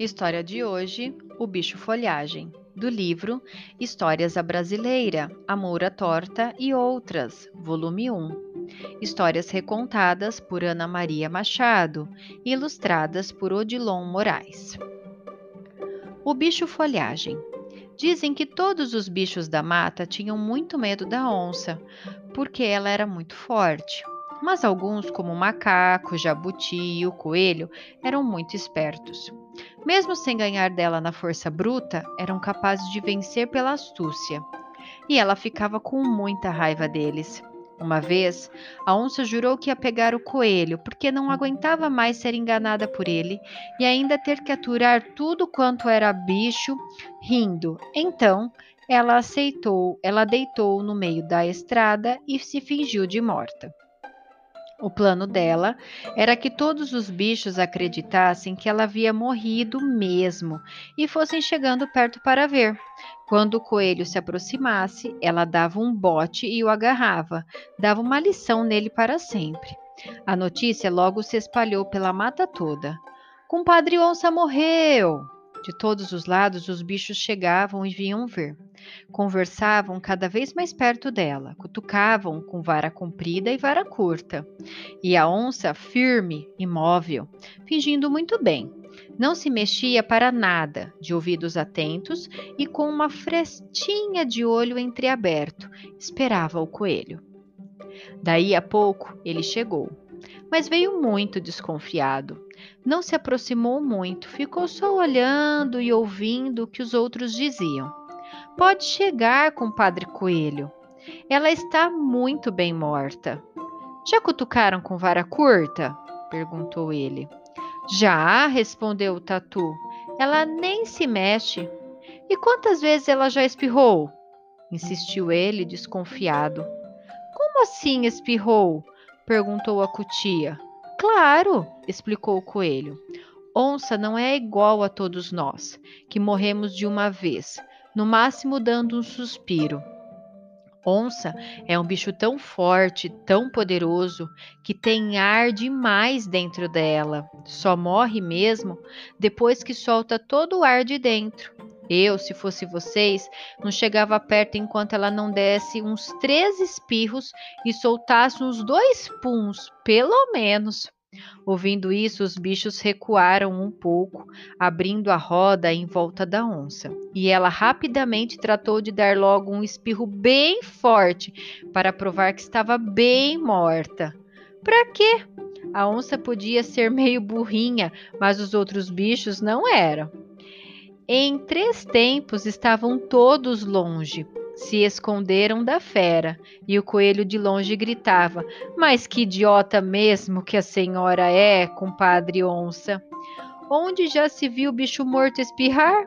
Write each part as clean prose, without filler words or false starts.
História de hoje: O Bicho Folhagem, do livro Histórias à Brasileira, Amor à Torta e Outras, volume 1. Histórias recontadas por Ana Maria Machado, ilustradas por Odilon Moraes. O Bicho Folhagem. Dizem que todos os bichos da mata tinham muito medo da onça, porque ela era muito forte. Mas alguns, como o macaco, o jabuti e o coelho, eram muito espertos. Mesmo sem ganhar dela na força bruta, eram capazes de vencer pela astúcia. E ela ficava com muita raiva deles. Uma vez, a onça jurou que ia pegar o coelho, porque não aguentava mais ser enganada por ele e ainda ter que aturar tudo quanto era bicho, rindo. Então, ela deitou no meio da estrada e se fingiu de morta. O plano dela era que todos os bichos acreditassem que ela havia morrido mesmo e fossem chegando perto para ver. Quando o coelho se aproximasse, ela dava um bote e o agarrava, dava uma lição nele para sempre. A notícia logo se espalhou pela mata toda. Compadre Onça morreu! De todos os lados, os bichos chegavam e vinham ver. Conversavam cada vez mais perto dela, cutucavam com vara comprida e vara curta. E a onça, firme, imóvel, fingindo muito bem. Não se mexia para nada, de ouvidos atentos e com uma frestinha de olho entreaberto, esperava o coelho. Daí a pouco ele chegou, mas veio muito desconfiado. Não se aproximou muito, ficou só olhando e ouvindo o que os outros diziam. Pode chegar, compadre Coelho. Ela está muito bem morta. Já cutucaram com vara curta? Perguntou ele. Já, respondeu o tatu. Ela nem se mexe. E quantas vezes ela já espirrou? Insistiu ele, desconfiado. Como assim espirrou? Perguntou a cutia. Claro, explicou o coelho. Onça não é igual a todos nós, que morremos de uma vez, no máximo dando um suspiro. Onça é um bicho tão forte, tão poderoso, que tem ar demais dentro dela. Só morre mesmo depois que solta todo o ar de dentro. Eu, se fosse vocês, não chegava perto enquanto ela não desse uns 3 espirros e soltasse uns 2 puns, pelo menos. Ouvindo isso, os bichos recuaram um pouco, abrindo a roda em volta da onça. E ela rapidamente tratou de dar logo um espirro bem forte para provar que estava bem morta. Para quê? A onça podia ser meio burrinha, mas os outros bichos não eram. Em 3 tempos estavam todos longe. Se esconderam da fera, e o coelho de longe gritava: Mas que idiota mesmo que a senhora é, compadre onça! Onde já se viu bicho morto espirrar?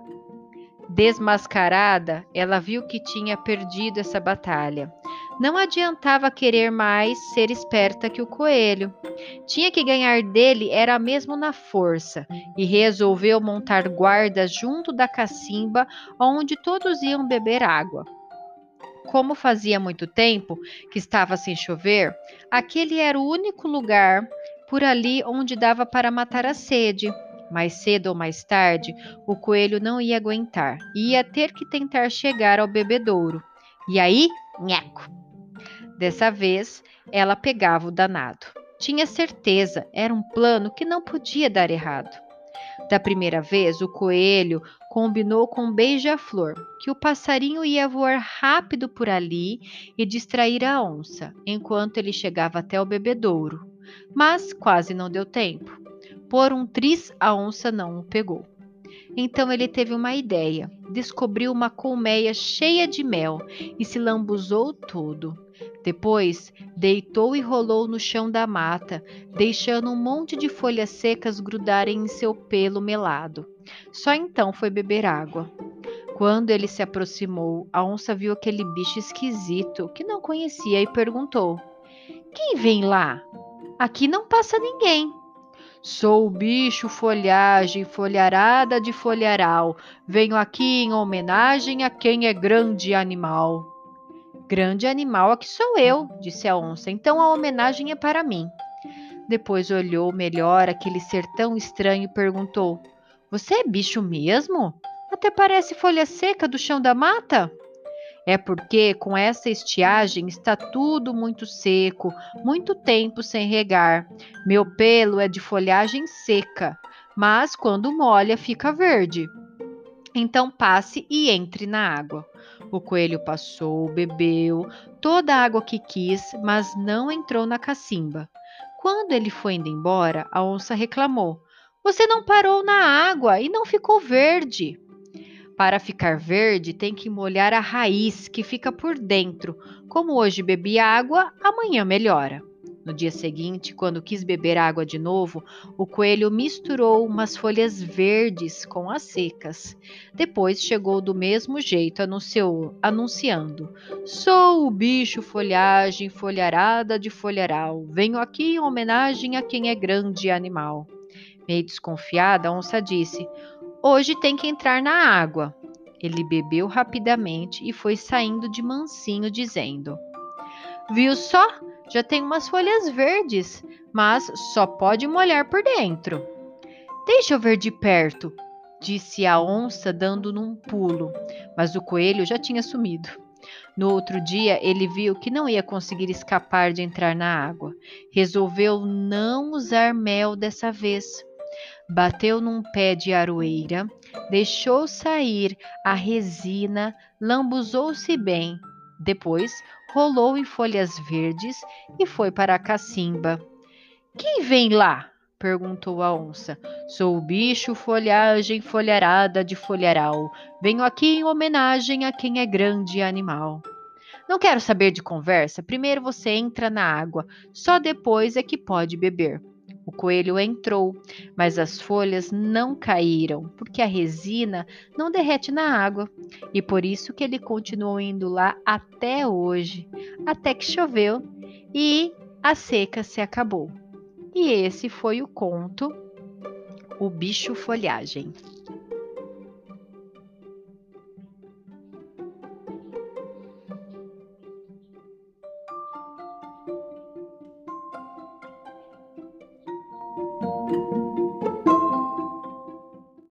Desmascarada, ela viu que tinha perdido essa batalha. Não adiantava querer mais ser esperta que o coelho. Tinha que ganhar dele era mesmo na força, e resolveu montar guarda junto da cacimba onde todos iam beber água. Como fazia muito tempo que estava sem chover, aquele era o único lugar por ali onde dava para matar a sede. Mais cedo ou mais tarde, o coelho não ia aguentar e ia ter que tentar chegar ao bebedouro. E aí, nheco! Dessa vez, ela pegava o danado. Tinha certeza, era um plano que não podia dar errado. Da primeira vez, o coelho combinou com o beija-flor que o passarinho ia voar rápido por ali e distrair a onça, enquanto ele chegava até o bebedouro. Mas quase não deu tempo. Por um triz, a onça não o pegou. Então ele teve uma ideia. Descobriu uma colmeia cheia de mel e se lambuzou todo. Depois, deitou e rolou no chão da mata, deixando um monte de folhas secas grudarem em seu pelo melado. Só então foi beber água. Quando ele se aproximou, a onça viu aquele bicho esquisito que não conhecia e perguntou: Quem vem lá? Aqui não passa ninguém. Sou o bicho folhagem, folharada de folharal. Venho aqui em homenagem a quem é grande animal. Grande animal aqui sou eu, disse a onça, então a homenagem é para mim. Depois olhou melhor aquele ser tão estranho e perguntou: Você é bicho mesmo? Até parece folha seca do chão da mata. É porque com essa estiagem está tudo muito seco, muito tempo sem regar. Meu pelo é de folhagem seca, mas quando molha fica verde. Então passe e entre na água. O coelho passou, bebeu toda a água que quis, mas não entrou na cacimba. Quando ele foi indo embora, a onça reclamou: Você não parou na água e não ficou verde. Para ficar verde, tem que molhar a raiz que fica por dentro. Como hoje bebi água, amanhã melhora. No dia seguinte, quando quis beber água de novo, o coelho misturou umas folhas verdes com as secas. Depois chegou do mesmo jeito, anunciando: Sou o bicho folhagem, folharada de folharal. Venho aqui em homenagem a quem é grande animal. Meio desconfiada, a onça disse: Hoje tem que entrar na água. Ele bebeu rapidamente e foi saindo de mansinho, dizendo: Viu só? Já tem umas folhas verdes, mas só pode molhar por dentro. Deixa eu ver de perto, disse a onça, dando num pulo, mas o coelho já tinha sumido. No outro dia, ele viu que não ia conseguir escapar de entrar na água. Resolveu não usar mel dessa vez. Bateu num pé de aroeira, deixou sair a resina, lambuzou-se bem. Depois, rolou em folhas verdes e foi para a cacimba. Quem vem lá? Perguntou a onça. Sou o bicho folhagem folharada de folharal. Venho aqui em homenagem a quem é grande animal. Não quero saber de conversa. Primeiro você entra na água, só depois é que pode beber. O coelho entrou, mas as folhas não caíram, porque a resina não derrete na água. E por isso que ele continuou indo lá até hoje, até que choveu e a seca se acabou. E esse foi o conto O Bicho Folhagem.